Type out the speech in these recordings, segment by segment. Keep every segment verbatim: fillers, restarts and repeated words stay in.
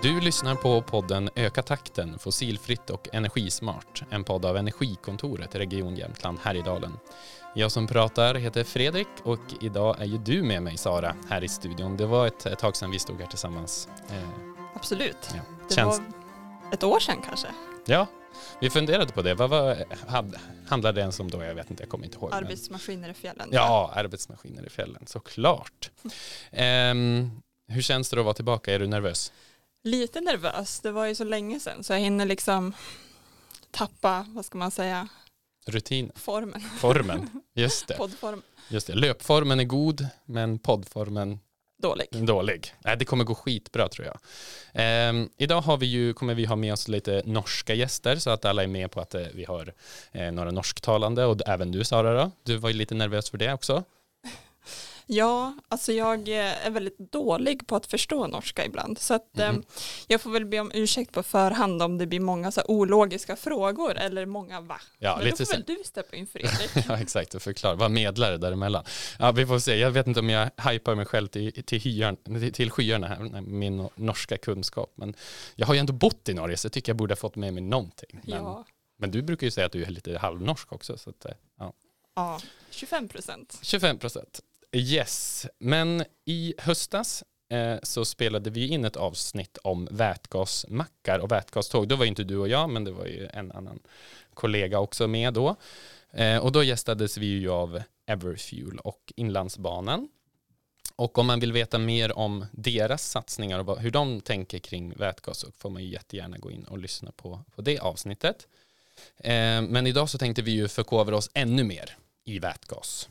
Du lyssnar på podden Öka takten, fossilfritt och energismart. En podd av Energikontoret i Region Jämtland, Härjedalen. Jag som pratar heter Fredrik och idag är ju du med mig, Sara, här i studion. Det var ett, ett tag sedan vi stod här tillsammans. Eh, Absolut. ja. Det Känns... var ett år sedan kanske. Ja, vi funderade på det. Vad var, handlade det ens om då? Jag vet inte, jag kommer inte ihåg. Arbetsmaskiner i fjällen. Ja, arbetsmaskiner i fjällen, såklart. eh, hur känns det att vara tillbaka? Är du nervös? Lite nervös. Det var ju så länge sedan så jag hinner liksom tappa, vad ska man säga? Rutin. Formen. Formen, just det. Poddform. Just det. Löpformen är god, men poddformen Dålig. dålig. Nej, det kommer gå skitbra tror jag. Eh, idag har vi ju, kommer vi ha med oss lite norska gäster så att alla är med på att eh, vi har eh, några norsktalande och även du, Sara då. Du var ju lite nervös för det också. Ja, alltså jag är väldigt dålig på att förstå norska ibland. Så att mm. eh, jag får väl be om ursäkt på förhand om det blir många så här ologiska frågor eller många va. Ja, men lite då får väl du steppa in, Fredrik. Ja, exakt, och förklara. Vad medlare däremellan. Ja, vi får se. Jag vet inte om jag hypar mig själv till, till, hyarn, till, till skyarna här med min norska kunskap. Men jag har ju ändå bott i Norge så jag tycker jag borde ha fått med mig någonting. Men, Ja. men du brukar ju säga att du är lite halvnorsk också. Så att, ja. Ja, tjugofem procent. tjugofem procent. Yes, men i höstas eh, så spelade vi in ett avsnitt om vätgasmackar och vätgaståg. Då var inte du och jag, men det var ju en annan kollega också med då. Eh, och då gästades vi ju av Everfuel och Inlandsbanan. Och om man vill veta mer om deras satsningar och vad, hur de tänker kring vätgas så får man ju jättegärna gå in och lyssna på, på det avsnittet. Eh, men idag så tänkte vi ju förkovra oss ännu mer i vätgas.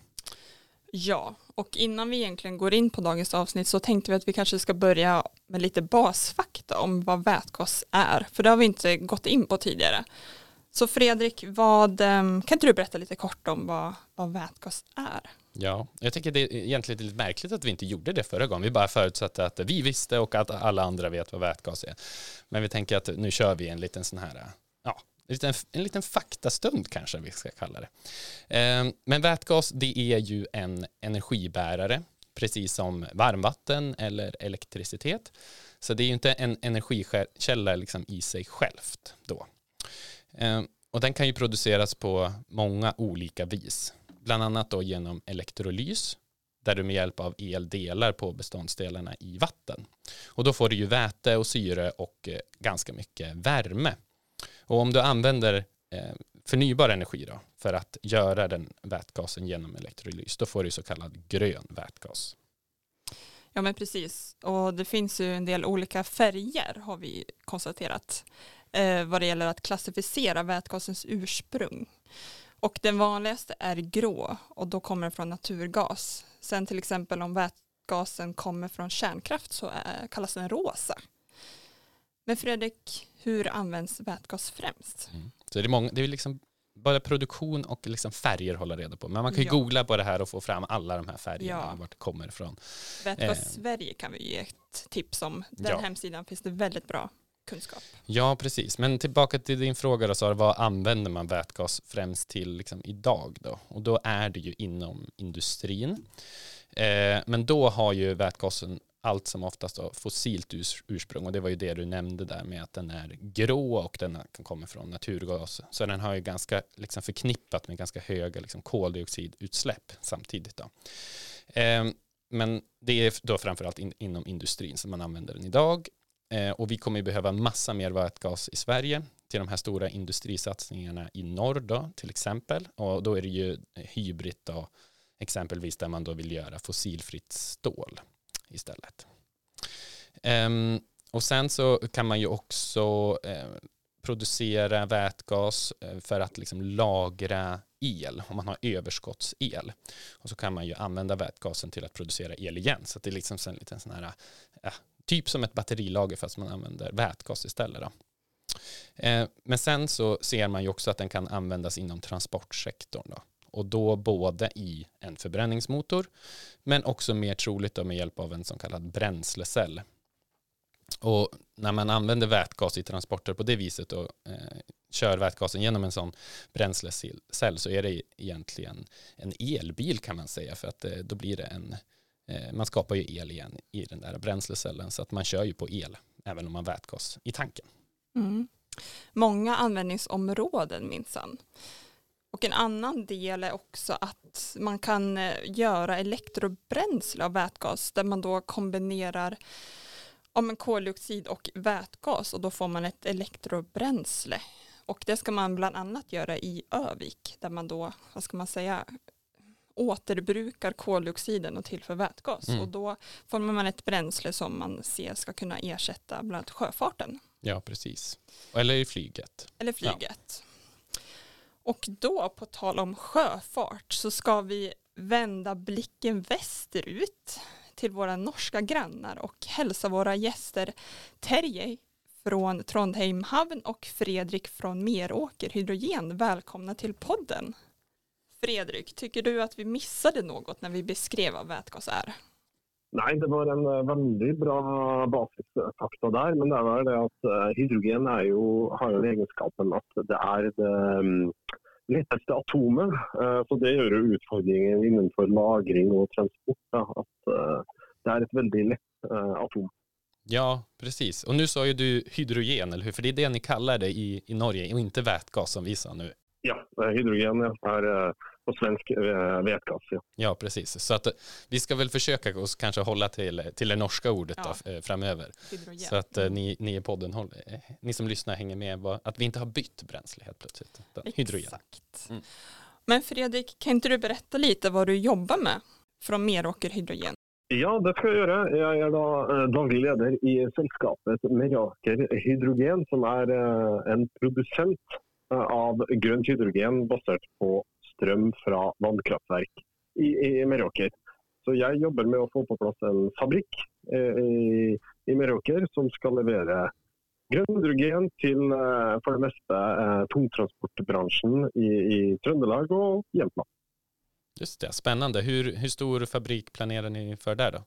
Ja, och innan vi egentligen går in på dagens avsnitt så tänkte vi att vi kanske ska börja med lite basfakta om vad vätgas är. För det har vi inte gått in på tidigare. Så Fredrik, vad, kan inte du berätta lite kort om vad, vad vätgas är? Ja, jag tycker det är egentligen lite märkligt att vi inte gjorde det förra gången. Vi bara förutsatte att vi visste och att alla andra vet vad vätgas är. Men vi tänker att nu kör vi en liten sån här, ja, en liten, en liten faktastund kanske vi ska kalla det. Eh, men vätgas, det är ju en energibärare, precis som varmvatten eller elektricitet. Så det är ju inte en energikälla liksom i sig självt då. Eh, och den kan ju produceras på många olika vis. Bland annat då genom elektrolys, där du med hjälp av el delar på beståndsdelarna i vatten. Och då får du ju väte och syre och eh, ganska mycket värme. Och om du använder eh, förnybar energi då, för att göra den vätgasen genom elektrolys, då får du så kallad grön vätgas. Ja men precis, och det finns ju en del olika färger har vi konstaterat eh, vad det gäller att klassificera vätgasens ursprung. Och den vanligaste är grå och då kommer den från naturgas. Sen till exempel om vätgasen kommer från kärnkraft så är, kallas den rosa. Men Fredrik, hur används vätgas främst? Mm. Så det är, många, det är liksom bara produktion och liksom färger att hålla reda på. Men man kan ju ja. googla på det här och få fram alla de här färgerna ja. vart det kommer ifrån. Vätgas eh. Sverige kan vi ge ett tips om. Den ja. hemsidan finns det väldigt bra kunskap. Ja, precis. Men tillbaka till din fråga då, Sara, vad använder man vätgas främst till liksom idag då? Och då är det ju inom industrin. Eh, men då har ju vätgasen allt som oftast då fossilt ursprung och det var ju det du nämnde där med att den är grå och den kan komma från naturgas. Så den har ju ganska liksom förknippat med ganska höga liksom koldioxidutsläpp samtidigt då. Eh, men det är då framförallt in, inom industrin som man använder den idag. Eh, och vi kommer ju behöva massa mer vätgas i Sverige till de här stora industrisatsningarna i norr då, till exempel. Och då är det ju hybrid då, exempelvis där man då vill göra fossilfritt stål istället. Um, och sen så kan man ju också eh, producera vätgas för att liksom lagra el om man har överskottsel. Och så kan man ju använda vätgasen till att producera el igen. Så att det är liksom en liten sån här, ja, typ som ett batterilager fast man använder vätgas istället då. Eh, men sen så ser man ju också att den kan användas inom transportsektorn då. Och då både i en förbränningsmotor men också mer troligt då med hjälp av en så kallad bränslecell. Och när man använder vätgas i transporter på det viset och eh, kör vätgasen genom en sån bränslecell så är det egentligen en elbil kan man säga för att eh, då blir det en, eh, man skapar ju el igen i den där bränslecellen så att man kör ju på el även om man har vätgas i tanken. Mm. Många användningsområden minsann. Och en annan del är också att man kan göra elektrobränsle av vätgas där man då kombinerar om en koldioxid och vätgas och då får man ett elektrobränsle. Och det ska man bland annat göra i Övik där man då, vad ska man säga, återbrukar koldioxiden och tillför vätgas. Mm. Och då får man ett bränsle som man ser ska kunna ersätta bland annat sjöfarten. Ja, precis. Eller i flyget. Eller flyget. Ja. Och då på tal om sjöfart så ska vi vända blicken västerut till våra norska grannar och hälsa våra gäster Terje från Trondheim havn och Fredrik från Meråker Hydrogen. Välkomna till podden. Fredrik, tycker du att vi missade något när vi beskrev vad vätgas är? Nej, det var en väldigt bra basisfakta där, men det var det att hydrogen är ju, har ju egenskapen att det är det um, lättaste atomet, uh, så det gör ju utfordringen innanför lagring och transport, uh, att uh, det är ett väldigt lätt uh, atom. Ja, precis. Och nu sa ju du hydrogen, eller hur? För det är det ni kallar det i, i Norge och inte vätgas som vi sa nu. Ja, hydrogen är på svensk vätgas. Ja. ja, precis. Så att vi ska väl försöka oss kanske hålla till, till det norska ordet ja. då, framöver. Hydrogen. Så att mm. ni, ni i podden, ni som lyssnar hänger med vad, att vi inte har bytt bränsle helt plötsligt. Hydrogen. Exakt. Mm. Men Fredrik, kan inte du berätta lite vad du jobbar med från Meråker Hydrogen? Ja, det ska jag göra. Jag är då daglig ledare i sällskapet Meråker Hydrogen som är en producent av grönt hydrogen baserat på ström från vattenkraftverk i, i Meråker. Så jag jobbar med att få på plats en fabrik eh, i, i Meråker som ska leverera grönt hydrogen till eh, för det mesta eh, tungtransportbranschen i, i Trøndelag och Jämtland. Just det, spännande. Hur, hur stor fabrik planerar ni för där då?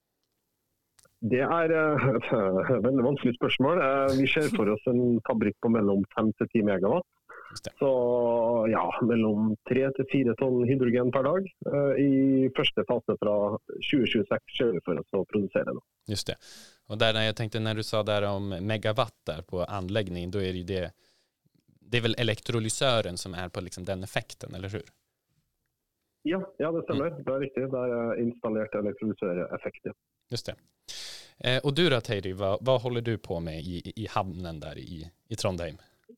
Det är ett uh, väldigt vanskligt spörsmål. Uh, vi ser för oss en fabrik på mellan fem till tio megawatt. Så ja, mellan tre till fyra ton hydrogen per dag. Uh, I första fasen från tjugo tjugosex kör vi för oss att producera det. Just det. Och där när jag tänkte när du sa där om megawatt där på anläggningen, då är det ju det, det är väl elektrolysören som är på liksom den effekten, eller hur? Ja, ja det stämmer. Mm. Det är riktigt. Det är installerat elektrolysöreffekter. Just det. Eh, och du då, Terje, vad, vad håller du på med i, i hamnen där i, i Trondheim?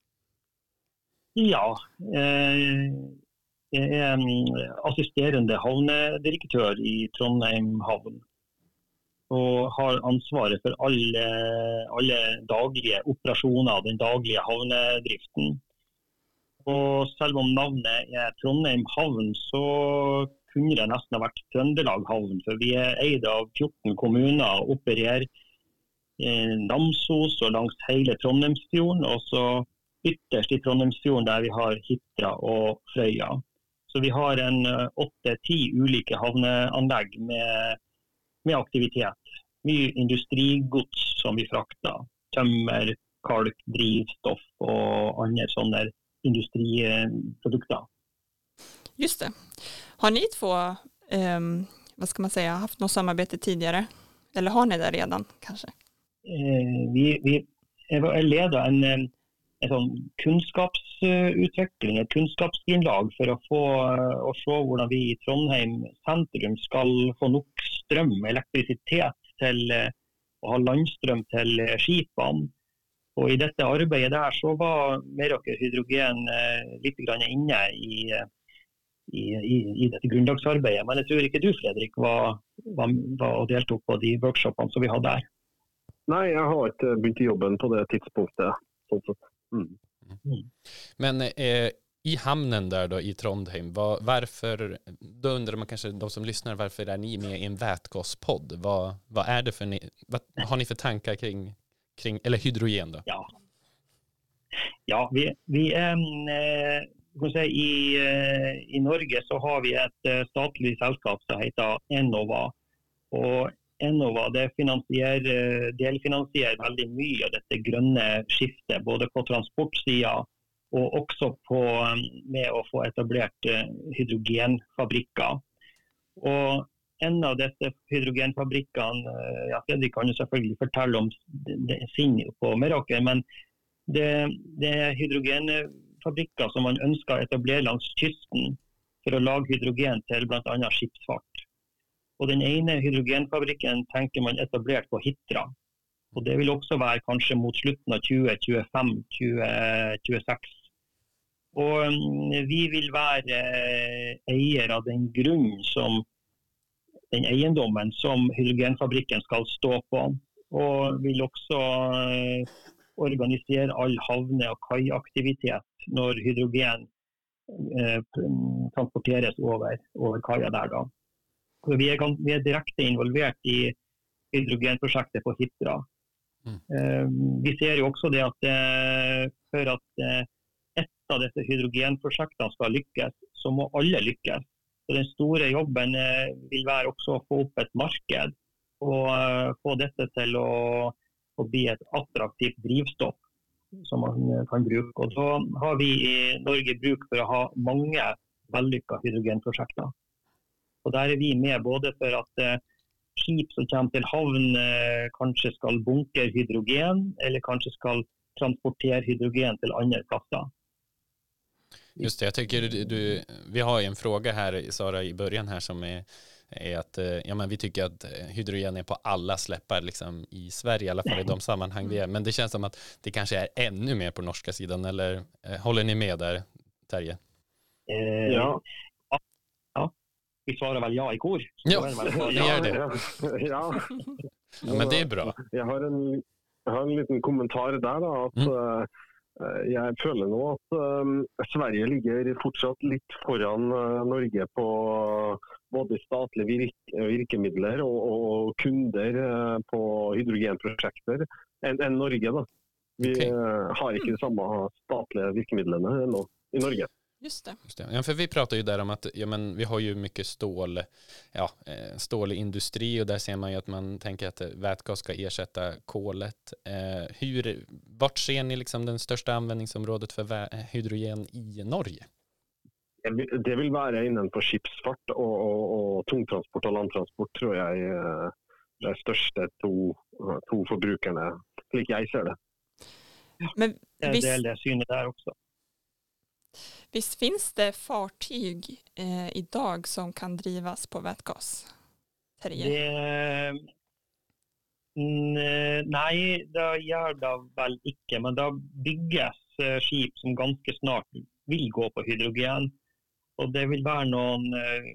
Ja, eh, jag är assisterande havnedirektör i Trondheim havn och har ansvaret för alla, alla dagliga operationer, den dagliga havnedriften. Och själv om namnet är Trondheim havn så kunde det nästan ha varit Trøndelag havn, för vi är ägda av fjorton kommuner och opererar i Namsos och längs hela Trondheimsfjorden och så ytterst i Trondheimsfjorden där vi har Hitra och Frøya. Så vi har en åtta tio olika havneanlägg med, med aktivitet. Mycket industrigods som vi fraktar. Tömmer, kalk, drivstoff och andra sådana industriprodukter. Just det. Har ni två, eh, vad ska man säga, haft något samarbete tidigare? Eller har ni det redan kanske? Eh, vi, vi leder en, en, en sån kunskapsutveckling, ett kunskapsgrundlag för att få och se hur vi i Trondheim centrum ska få nog ström, elektricitet till att ha landström till skipan. Och i detta arbete där så var Meråker Hydrogen eh, lite grann inne i I, i, i dette grundlagsarbeidet. Men jeg tror ikke du, Fredrik, var, var, var og deltog på de workshopene som vi hadde der. Nej, jag har inte begynt jobben på det tidspunktet. Mm. Mm. Men eh, i hamnen där då i Trondheim, var, varför, då undrar man kanske, de som lyssnar, varför är ni med i en vätgaspodd? Vad, vad är det för ni, vad har ni för tankar kring, kring eller hydrogen då? Ja, ja vi, vi är en... Eh, I, I Norge så har vi ett statligt sällskap som heter Enova. Och Enova det finansierar, delfinansierar väldigt mycket av detta gröna skiftet, både på transportsidan och också på, med att få etablerat hydrogenfabriker. Och en av disse hydrogenfabrikkene, ja, Fredrik kan jo selvfølgelig fortelle om sin på Meråker, men det, det er hydrogenfabrikker som man ønsker å etablere langs kysten for å lage hydrogen til blant annet skipsfart. Og den ene hydrogenfabrikken tenker man etablert på Hitra. Og det vil også være kanskje mot slutten av tjue tjuefem til tjue tjueseks. Og vi vil være eier av den grunnen som den eiendommen som hydrogenfabrikken skal stå på, og vil også organisere all havne- og kaiaktivitet når hydrogen eh, transporteres over, over kaia der da. Vi er, vi er direkte involvert i hydrogenprosjektet på Hitra. Mm. Eh, vi ser jo også det at eh, for at eh, ett av disse hydrogenprosjektene skal lykkes, så må alle lykkes. Så den store jobben eh, vil være også å få opp et marked og eh, få dette til å, å bli et attraktivt drivstoff som man eh, kan bruke. Og da har vi i Norge bruk for å ha mange vellykkede hydrogenprosjekter. Og der er vi med både for at eh, skip som kommer til havn eh, kanskje skal bunkre hydrogen, eller kanskje skal transportere hydrogen till andra platser. Just det, jag tycker du, du, vi har ju en fråga här, Sara, i början här som är, är att ja, men vi tycker att hydrogen är på alla släppar liksom, i Sverige, i alla fall i de sammanhang vi är. Men det känns som att det kanske är ännu mer på norska sidan, eller eh, håller ni med där, Terje? Eh, ja. ja, vi svarar väl ja i kor. Ja, ni gör det. Ja, ja. Ja, men det är bra. Jag har en, jag har en liten kommentar där då, att mm. Jeg føler nå at um, Sverige ligger fortsatt litt foran uh, Norge på både statlige virk virkemidler og, og kunder uh, på hydrogenprosjekter enn en Norge. Da. Vi okay. uh, har ikke de samme statlige virkemidlene ennå i Norge. Just det. Just det. Ja, för vi pratar ju där om att ja, men vi har ju mycket stål, ja, stålindustri, och där ser man ju att man tänker att vätgas ska ersätta kolet. Eh, hur, vart ser ni liksom den största användningsområdet för hydrogen i Norge? Det vill vara innanför skipsfart och, och, och tungtransport och landtransport, tror jag är de största två, två förbrukarna, slik jag ser det. Men visst, det är det synet där också. Visst finns det fartyg eh, idag som kan drivas på vätgas? Det, nej, det gör det väl inte, men det bygges skip som ganska snart vill gå på hydrogen. Och det vill vara någon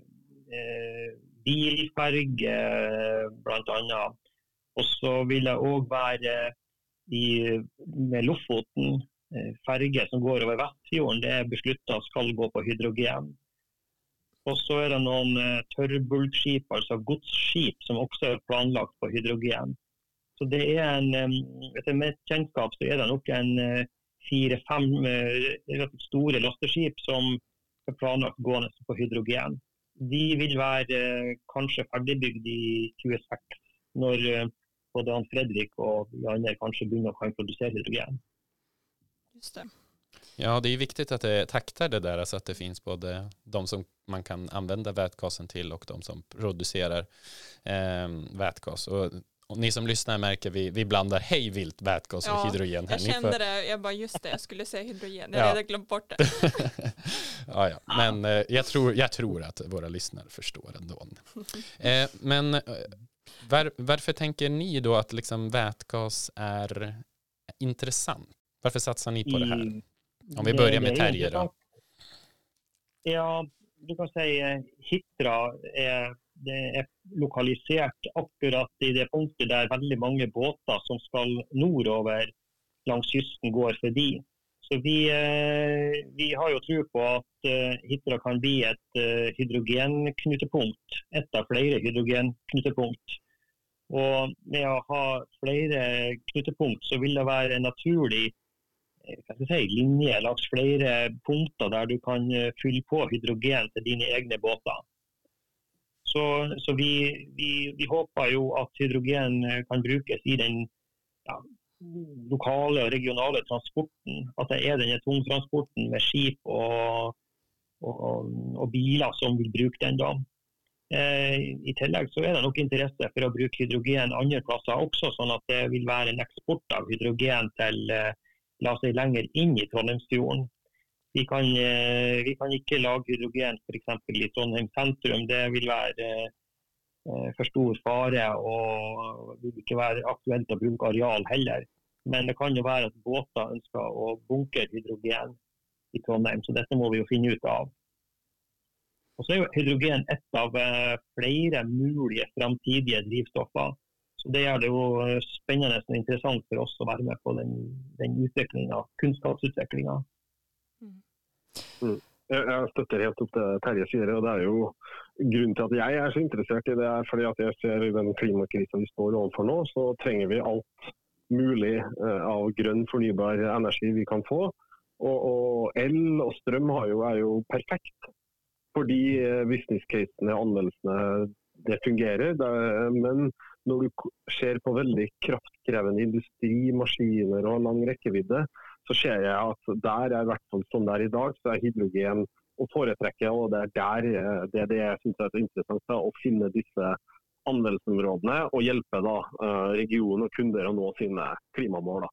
eh, bilfärg bland annat. Och så vill det också vara i, med Lofoten färger som går över Vestfjorden, det är beslutat ska gå på hydrogen. Och så är det någon törrbultskip, alltså godsskip, som också är planlagt på hydrogen. Så det är en, efter mitt kännskap så är det nog en fyra, fem relativt stora lasteskip som är planlagt gående på hydrogen. De vill vara kanske färdigbyggd i tjueseks, när både han Fredrik och Janne kanske börjar kan producera hydrogen. Just det. Ja, det är viktigt att det taktar det där, så att det finns både de som man kan använda vätgasen till och de som producerar eh, vätgas. Och, och ni som lyssnar märker vi, vi blandar hej vilt vätgas och ja, hydrogen. Här. Jag kände får... det, jag bara just det, jag skulle säga hydrogen. Jag hade ja. glömt bort det. ja, ja. Men eh, jag, tror, jag tror att våra lyssnare förstår ändå. eh, men eh, var, varför tänker ni då att liksom vätgas är intressant? Varför satsar ni på det här? Om vi börjar med Terje då. Ja, du kan säga Hitra är, det är lokaliserat akkurat i det punktet där väldigt många båtar som ska nordover längs kysten går förbi. Så vi, vi har ju tro på att Hitra kan bli ett hydrogenknutepunkt, ett av flera hydrogenknutepunkt. Och med att ha flera knutepunkt så vill det vara en naturlig kan jag säga, linje langs flera punkter där du kan fylla på hydrogen till dina egna båtar. Så, så vi, vi, vi hoppas ju att hydrogen kan brukas i den ja, lokala och regionala transporten. Att det är den tungtransporten med skip och, och, och bilar som vill bruka den då. Eh, I tillegg så er det nok interesse for å bruke hydrogen andre plasser også, sånn at det vil være en eksport av hydrogen til eh, la oss si lenger inn i Trondheimsfjorden. Vi kan, eh, vi kan ikke lage hydrogen for eksempel i Trondheim sentrum. Det vil være eh, for stor fare og vil ikke være aktuelt å bruke areal heller. Men det kan jo være at båter ønsker å bunkre hydrogen i Trondheim, så dette må vi jo finne ut av. Og så er jo hydrogen et av eh, flere mulige framtidige drivstoffer. Så det er det jo spennende og interessant for oss å være med på den, den utviklingen, kunnskapsutviklingen. Mm. Mm. Jeg støtter helt opp det Terje sier, og det er jo grunnen til at jeg er så interessert i det er fordi at jeg ser i den klimakrisen vi står overfor nå, så trenger vi alt mulig av grønn fornybar energi vi kan få. Og, og el og strøm har jo, er jo perfekt, fordi business casene, anvendelsene, det fungerer. Det, men når du ser på veldig kraftkrevende industri, maskiner og lang rekkevidde, så ser jeg at der er i hvert fall som det er i dag, så er hydrogen å foretrekke, og det er der det, er det jeg synes er interessant, da, å finne disse anvendelsesområdene og hjelpe da, regionen og kunder å nå sine klimamål.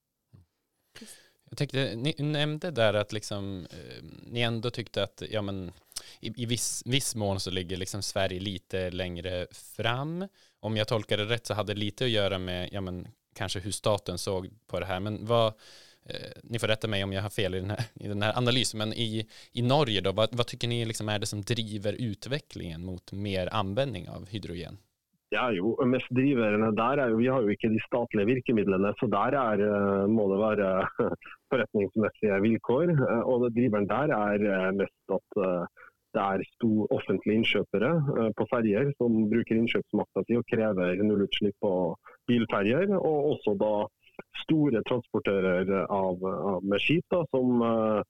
Da. Jag tänkte, ni nämnde där att liksom, eh, ni ändå tyckte att ja, men, i, i viss, viss mån så ligger liksom Sverige lite längre fram. Om jag tolkar det rätt så hade det lite att göra med ja, men, kanske hur staten såg på det här. Men vad, eh, ni får rätta mig om jag har fel i den här, i den här analysen, men i, i Norge då, vad, vad tycker ni liksom är det som driver utvecklingen mot mer användning av hydrogen? Ja, jo, mest driverne der er jo, vi har jo ikke de statlige virkemidlene, så der er, må det være forretningsmessige vilkår, og det driveren der er mest at det er stor offentlige innkjøpere på ferger som bruker innkjøpsmakta si og krever nullutslipp på bilferger, og også da store transportører av, av med skip da, som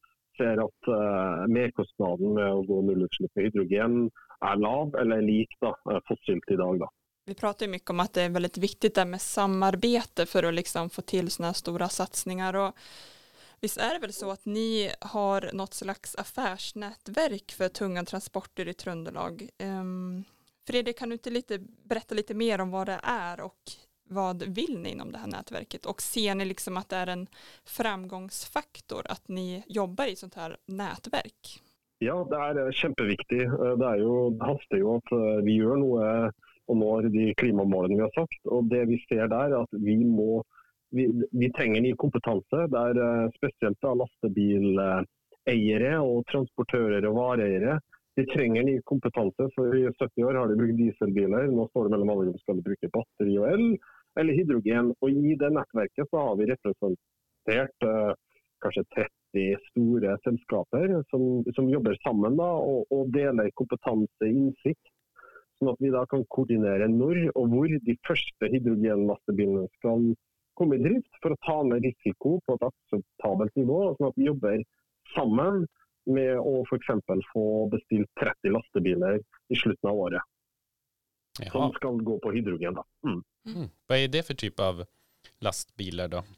ser at merkostnaden med å gå nullutslipp med hydrogen er lav eller lik da, fossilt i dag da. Vi pratar ju mycket om att det är väldigt viktigt där med samarbete för att liksom få till såna här stora satsningar. Och visst är det väl så att ni har något slags affärsnätverk för tunga transporter i Tröndelag? Um, Fredrik, kan du inte lite, berätta lite mer om vad det är och vad vill ni inom det här nätverket? Och ser ni liksom att det är en framgångsfaktor att ni jobbar i sånt här nätverk? Ja, det är kjempeviktig. Det är ju, det hastar ju att vi gör något og når de klimamålene vi har sagt. Og det vi ser der er at vi må, vi, vi trenger ny kompetanse, der spesielt da lastebileiere og transportører og vareeiere, de trenger ny kompetanse, for i sytti år har de brukt dieselbiler, nå står det mellom alle de skal bruke batteri og el, eller hydrogen, og i det nettverket så har vi representert eh, kanskje tretti store selskaper som, som jobber sammen da, og, og deler kompetanse, innsikt, sånn at vi da kan koordinere når og hvor de første hydrogenlastebilene skal komme i drift for å ta ned risiko på et akseptabelt nivå, sånn at vi jobber sammen med å for eksempel få bestilt tretti lastebiler i slutten av året. Jaha. Som skal gå på hydrogen da. Mm. Mm. Vad är det för typ av lastbilar då?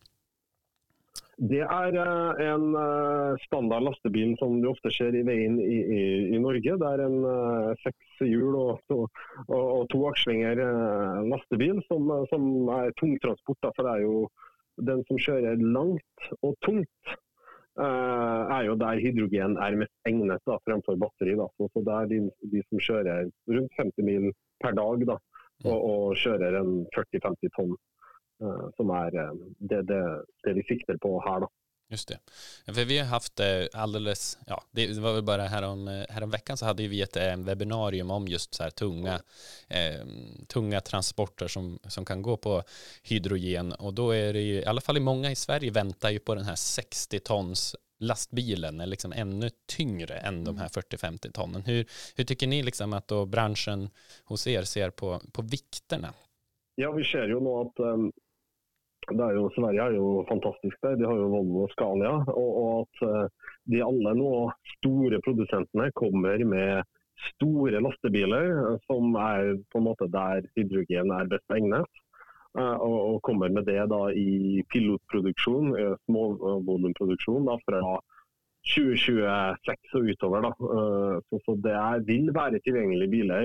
Det er en standard lastebil som du ofte ser i veien i, i, i Norge. Det er en uh, seks hjul og, og, og to akslinger uh, lastebil som, som er tungtransport. Da, for det er jo den som kjører langt og tungt, uh, er jo der hydrogen er mest egnet da, fremfor batteri. Da. Så, så det er de, de som kjører rundt femti mil per dag da, og, og kjører en førti til femti tonn. Som är det, det, det vi siktar på här då. Just det. För vi har haft alldeles, ja, det var väl bara här om, här om veckan så hade vi ett webbinarium om just så här tunga, eh, tunga transporter som, som kan gå på hydrogen. Och då är det ju, i alla fall i många i Sverige väntar ju på den här sextio tons lastbilen är liksom ännu tyngre än de här fyrtio till femtio tonnen. Hur, hur tycker ni liksom att då branschen hos er ser på, på vikterna? Ja, vi ser ju nu att um... Det er jo, Sverige er jo fantastisk der, de har jo Volvo og Scania, og, og at de alle nå store produsentene kommer med store lastebiler som er på en måte der hydrogen er best egnet, og, og kommer med det da i pilotproduksjon, småvolumproduksjon da fra tjue tjueseks og utover da. Så, så det er, vil være tilgjengelige biler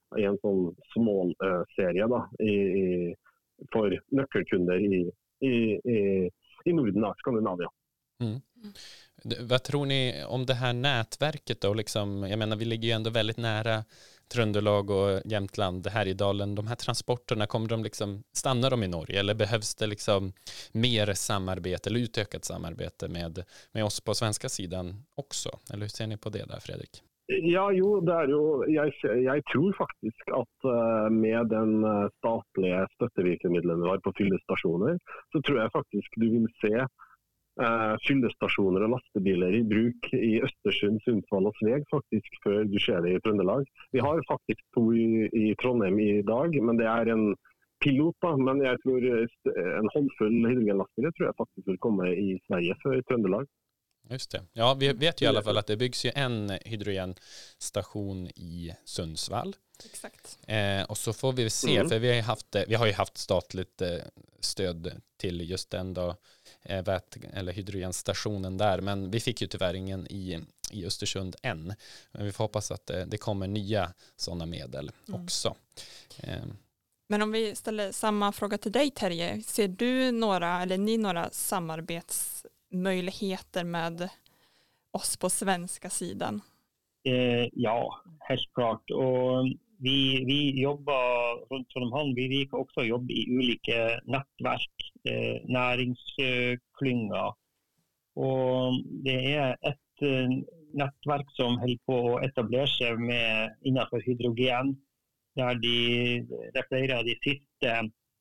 i en sån small uh, serie då, i, i, för nyckelkunder i, i, i, i Norden och Skandinavien. Mm. Vad tror ni om det här nätverket då? Liksom, jag menar, vi ligger ju ändå väldigt nära Tröndelag och Jämtland, Härjedalen. De här transporterna, kommer de liksom, stannar de i Norge eller behövs det liksom mer samarbete eller utökat samarbete med, med oss på svenska sidan också? Eller hur ser ni på det där, Fredrik? Ja, jo, det är ju, jag, jag tror faktiskt att uh, med den uh, statliga stöttevirkemedlen vi har på fyllestationer så tror jag faktiskt du vill se Uh, fyllestationer och lastbilar i bruk i Östersund, Sundsvall och Sveg faktiskt för du ser det i Tröndelag. Vi har faktiskt två i, i Trondheim idag, men det är en pilot då, men jag tror en hållfull hydrogenlastbilar tror jag faktiskt vill komma i Sverige för Tröndelag. Just det. Ja, vi vet ju i alla fall att det byggs ju en hydrogenstation i Sundsvall. Exakt. Eh, och så får vi se, Mm. för vi har, haft, vi har ju haft statligt eh, stöd till just den då, eh, vät, eller hydrogenstationen där, men vi fick ju tyvärr ingen i, i Östersund än. Men vi får hoppas att det, det kommer nya sådana medel Mm. också. Eh, Men om vi ställer samma fråga till dig, Terje, ser du några, eller ni några samarbetsmöjligheter med oss på svenska sidan? Eh, ja, helt klart. Och vi, vi jobbar runt Trondheim, vi vi också jobba i olika nätverk, eh, näringsklynga. Och det är ett eh, nätverk som håller på att etablera sig med innanför hydrogen, där de refererar de sista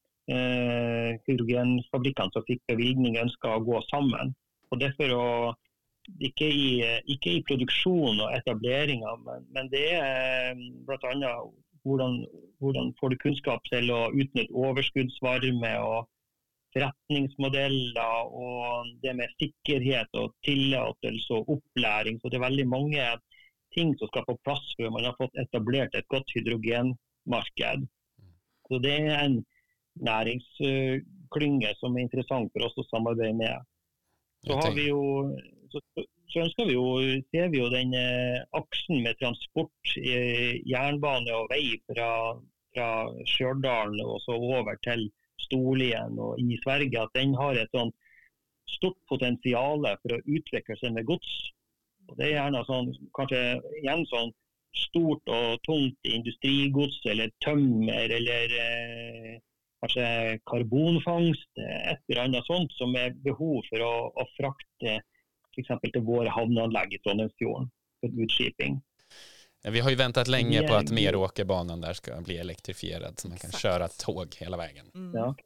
eh, hydrogenfabrikanterna som fick bevilgningen ska gå samman. Och därför att Ikke i, ikke i produksjon og etableringer, men, men det er blant annet hvordan, hvordan får du kunnskap til å utnytte overskuddsvarme og forretningsmodeller og det med sikkerhet og tillatelse og opplæring. Så det er veldig mange ting som skal på plass før man har fått etablert et godt hydrogenmarked. Så det er en næringsklynge som er interessant for oss å samarbeide med. Så har vi jo så, så ønsker vi jo, ser vi jo den eh, aksen med transport, eh, jernbane og vei fra, fra Stjørdalen og så over til Storlien og i Sverige, at den har et sånn stort potensiale for å utvikle seg med gods. Og det er gjerne sånn, kanskje igjen sånn stort og tungt industrigods eller tømmer eller eh, kanskje karbonfangst, et eller annet sånt som er behov for å, å frakte for eksempel til våre havneanlegg i Trondheimsfjorden for utskiping. Ja, vi har ju väntat länge Vi på är- att Meråkerbanan där ska bli elektrifierad så man kan Exakt. köra tåg hela vägen. Mm. Ja.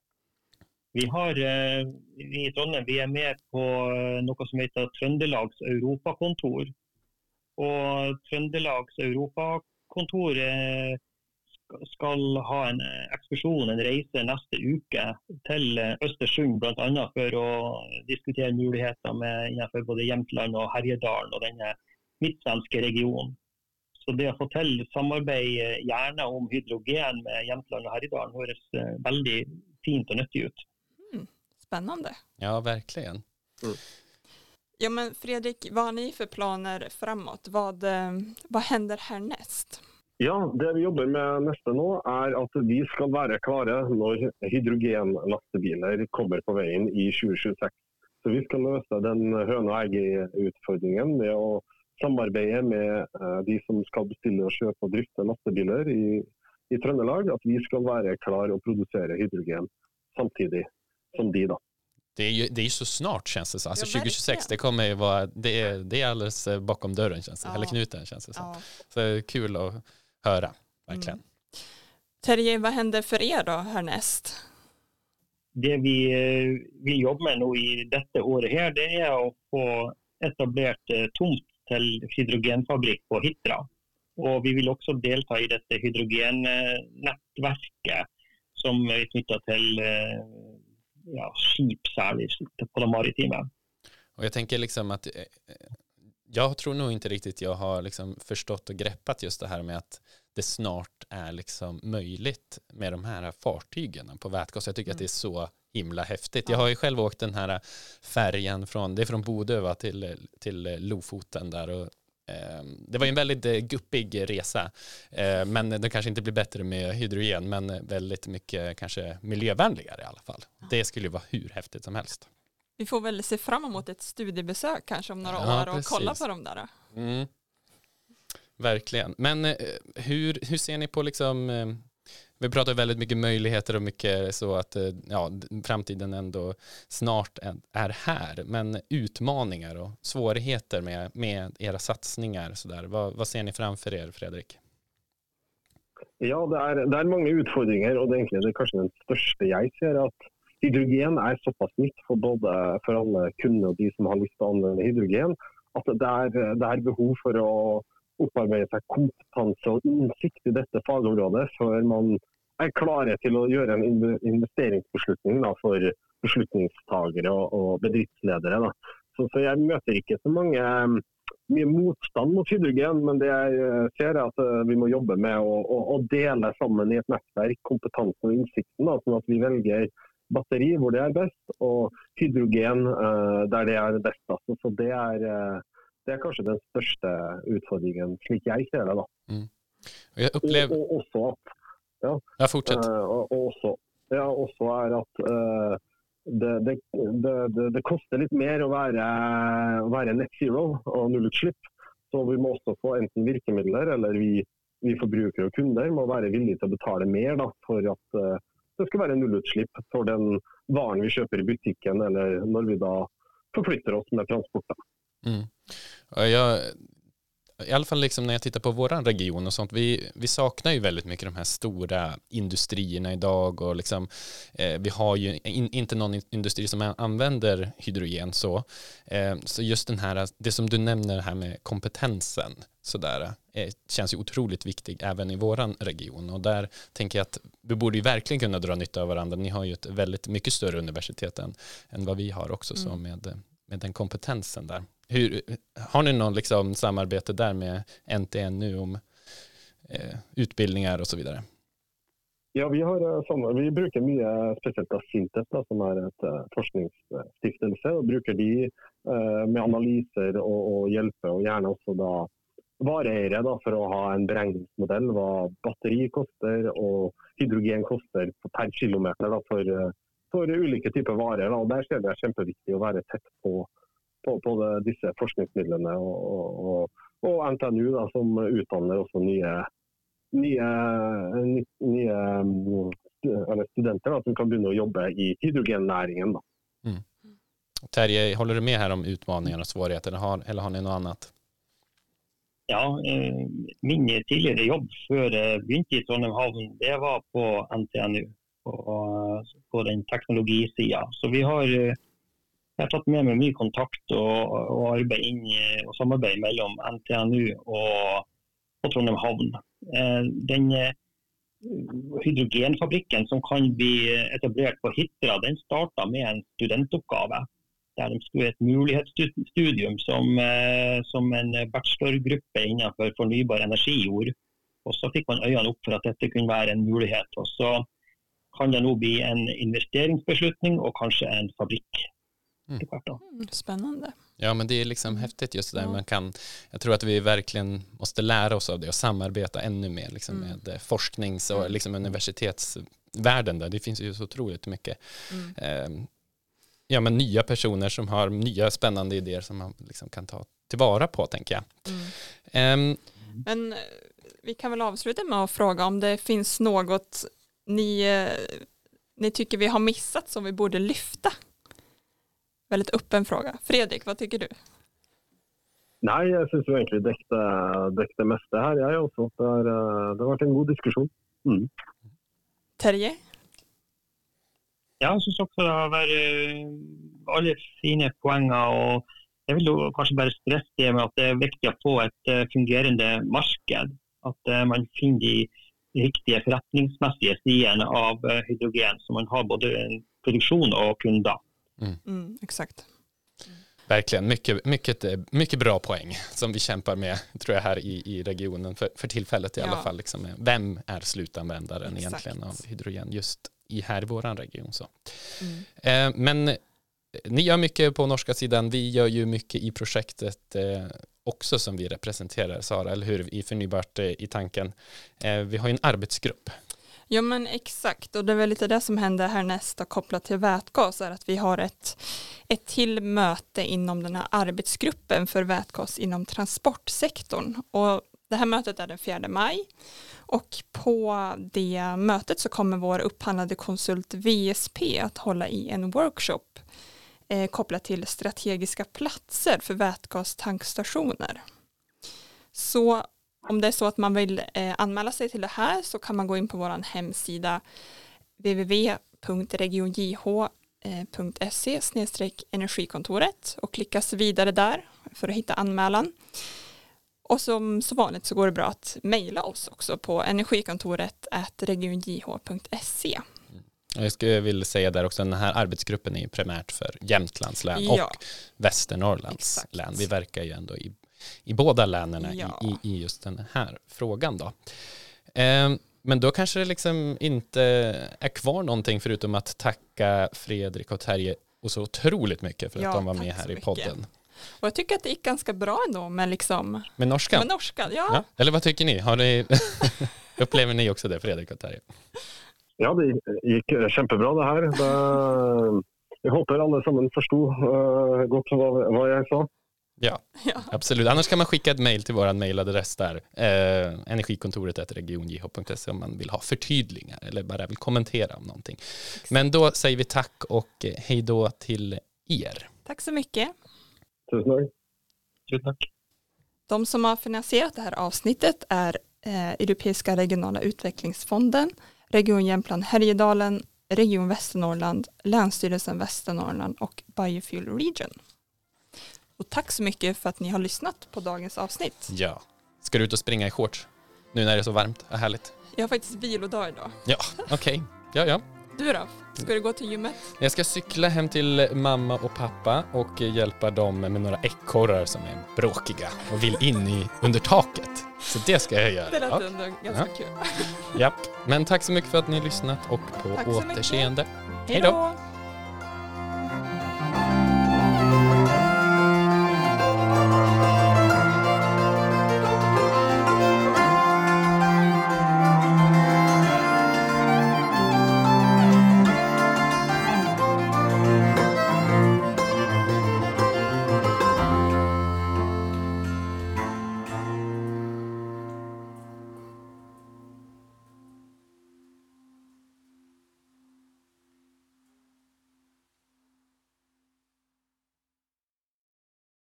Vi har eh, vi i Trondheim, vi är med på eh, något som heter Trøndelags Europakontor. Och Trøndelags Europakontor eh, ska- skal ha en eh, ekskursjon, en reise neste uke til eh, Østersund, blant annet for å diskutere muligheter med innenfor både Jämtland og Härjedalen og denne midtsvenske regionen. Så det å få til samarbeid eh, gjerne om hydrogen med Jämtland og Härjedalen høres eh, veldig fint och nyttigt ut. Spännande. Ja, verkligen. Ja, men Fredrik, vad har ni för planer framåt? Vad, eh, vad händer härnäst? Ja, det vi jobber med neste nå er at vi skal være klare når hydrogenlastebiler kommer på veien i tjue tjueseks. Så vi skal løse den høne- og egg-utfordringen med å samarbeide med eh, de som skal bestille og kjøpe og drifte lastebiler i, i Trøndelag, at vi skal være klare å produsere hydrogen samtidig som de da. Det är ju det är ju så snart känns det så. Alltså Ja, tjugo tjugosex, verkligen. det kommer ju vara, det är, det är alldeles eh, bakom dörren känns det, Ja. eller knuten känns det som. Ja. Så det är kul att höra, verkligen. Mm. Terje, vad händer för er då härnäst? Det vi eh, vil jobbe med nå i dette året her, det er å få etablert eh, tomt til hydrogenfabrikk på Hitra. Og vi vil også delta i dette hydrogennettverket som er knyttet til eh, ja, skip, særlig på det maritime. Och jag tänker liksom att eh, jag tror nog inte riktigt jag har liksom förstått och greppat just det här med att det snart är liksom möjligt med de här fartygen på vätgas. Jag tycker Mm. att det är så himla häftigt. Ja. Jag har ju själv åkt den här färjan från, det är från Bodö va, till, till Lofoten där och Det var ju en väldigt guppig resa, men det kanske inte blir bättre med hydrogen, men väldigt mycket kanske miljövänligare i alla fall. Det skulle ju vara hur häftigt som helst. Vi får väl se fram emot ett studiebesök kanske om några Ja, år och precis. kolla på dem där. Mm. Verkligen. Men hur, hur ser ni på liksom, vi pratar väldigt mycket möjligheter och mycket så att ja, framtiden ändå snart är här, men utmaningar och svårigheter med, med era satsningar så där. Vad, vad ser ni framför er, Fredrik? Ja, det är, det är många utmaningar och det är egentligen det kanske den största jag ser att hydrogen är så pass nytt för både för alla kunder och de som har lust att använda hydrogen att det är, det är behov för att upparbeta sig kompetens och insikt i detta fagområde för man är klar till att göra en investeringsbeslutning då, för beslutningstagare och, och bedriftsledare. Då. Så, så jag möter inte så många med motstånd mot hydrogen, men det jag ser är att vi måste jobba med att dela samman i ett nätverk kompetens och insikten då, så att vi väljer batteri hvor det är bäst och hydrogen uh, där det är bäst. Så, så det är uh, det är kanske den största utmaningen slik jag ser det då. Mm. Jag upplever och, och också att ja, jag fortsätter. Uh, och, och också ja, också är att uh, det, det, det, det, det kostar lite mer att vara att vara net zero och nollutsläpp. Så vi måste få enten virkemidler eller vi vi förbrukare och kunder måste vara villiga att betala mer då för att uh, det ska vara nollutsläpp för den varan vi köper i butiken eller när vi då förflyttar oss med transporten. Mm. Jag, i alla fall liksom när jag tittar på våran region och sånt, vi, vi saknar ju väldigt mycket de här stora industrierna idag och liksom, eh, vi har ju in, inte någon industri som använder hydrogen så. Eh, så just den här, det som du nämner här med kompetensen sådär, eh, känns ju otroligt viktigt även i våran region och där tänker jag att vi borde ju verkligen kunna dra nytta av varandra. Ni har ju ett väldigt mycket större universitet än, än vad vi har också mm. så med, med den kompetensen där. Hur, har ni någon liksom samarbete där med N T N U om eh, utbildningar och så vidare? Ja, vi har såna, vi brukar mycket speciellt av Sintef då, som är ett uh, forskningsstiftelse och brukar de uh, med analyser och, och hjälpa och gärna också då variera då för att ha en beräkningsmodell vad batteri kostar och hydrogen kostar per kilometer då för, för olika typer av varor. Och där ser det jätteviktigt att vara tätt på på, på dessa forskningsmedlen och, och, och N T N U då, som utbildar också nya, nya, nya eller studenter då, som kan börja jobba i hydrogennäringen. Då. Mm. Terje, håller du med här om utmaningar och svårigheter eller har, eller har ni något annat? Ja, eh, min tidigare jobb för begynte i Trondheim havn, det var på N T N U på, på den teknologisidan. Så vi har Jag har tagit med mig mycket kontakt och, och arbete in och samarbete mellan N T N U och, och Trondheim havn. Den hydrogenfabriken som kan bli etablerad på Hitra, den startade med en studentuppgave där de skulle ett möjlighetsstudium som, som en bachelorgrupp innanför förnybar energi gjorde. Och så fick man ögonen upp för att detta kunde vara en möjlighet. Och så kan det nog bli en investeringsbeslutning och kanske en fabrik. Mm. Spännande. Ja, men det är liksom häftigt just där. Ja. Man kan, jag tror att vi verkligen måste lära oss av det och samarbeta ännu mer liksom, mm. med forsknings- och mm. liksom, universitetsvärlden där. Det finns ju så otroligt mycket mm. eh, ja, men nya personer som har nya spännande idéer som man liksom kan ta tillvara på, tänker jag. Mm. Eh, men vi kan väl avsluta med att fråga om det finns något ni, ni tycker vi har missat som vi borde lyfta. Väldigt öppen fråga. Fredrik, vad tycker du? Nej, jag syns ju egentligen det det det mesta här. Jag också. Det har, det har varit en god diskussion. Mm. Terje? Ja, jag syns också det har varit alla fina poäng och jag vill då kanske bara stressa det med att det är viktigt på ett fungerande marknad. Att man finner de riktiga förrättningsmässiga sidorna av hydrogen så man har både en produktion och kunder. Mm. Mm, exakt. Mm. Verkligen, mycket, mycket, mycket bra poäng som vi kämpar med, tror jag, här i, i regionen för, för tillfället i ja. alla fall. Liksom, vem är slutanvändaren exakt. egentligen av hydrogen just i här i våran region? Så. Mm. Eh, men ni gör mycket på norska sidan, vi gör ju mycket i projektet eh, också som vi representerar, Sara, eller hur, i Förnybart i tanken. Eh, vi har ju en arbetsgrupp. Ja men exakt, och det är väl lite det som händer härnäst och kopplat till vätgas är att vi har ett, ett till möte inom den här arbetsgruppen för vätgas inom transportsektorn. Och det här mötet är den fjärde maj och på det mötet så kommer vår upphandlade konsult V S P att hålla i en workshop eh, kopplat till strategiska platser för vätgastankstationer. Så om det är så att man vill eh, anmäla sig till det här så kan man gå in på vår hemsida w w w punkt region j h punkt s e slash energikontoret och klickas vidare där för att hitta anmälan. Och som så vanligt så går det bra att mejla oss också på energikontoret at region j h punkt s e. Jag skulle vilja säga där också, den här arbetsgruppen är primärt för Jämtlands län Ja. och Västernorrlands Exakt. län. Vi verkar ju ändå i, i båda länen Ja. i, i just den här frågan då. Eh, men då kanske det liksom inte är kvar någonting förutom att tacka Fredrik och Terje och så otroligt mycket för att Ja, de var tack med så här i mycket. podden. Och jag tycker att det gick ganska bra ändå med liksom Med norskan? med norskan. Ja. Ja. Eller vad tycker ni? Har ni upplever ni också det, Fredrik och Terje? Ja, det gick kjempebra det här. Det, jeg håper alle sammen forstod uh, godt hva, hva jeg sa. Ja, Ja. absolut. Annars kan man skicka ett mejl till vår mejladress där. Eh, energikontoret at region j h punkt s e om man vill ha förtydlingar eller bara vill kommentera om någonting. Men då säger vi tack och hej då till er. Tack så mycket. Tusen takk. Tusen tack. De som har finansierat det här avsnittet är eh, Europeiska regionala utvecklingsfonden, Region Jämtland Härjedalen, Region Västernorrland, Länsstyrelsen Västernorrland och Biofuel Region. Och tack så mycket för att ni har lyssnat på dagens avsnitt. Ja. Ska du ut och springa i shorts? Nu när det är så varmt och härligt. Jag har faktiskt vilodag idag. Ja, okej. Okay. Ja, ja. Du då? Ska du gå till gymmet? Jag ska cykla hem till mamma och pappa och hjälpa dem med några ekorrar som är bråkiga och vill in i under taket. Så det ska jag göra. Det lät Ja. ändå ganska Ja. kul. Japp. Men tack så mycket för att ni har lyssnat och på Tack så mycket. återseende. Hej då!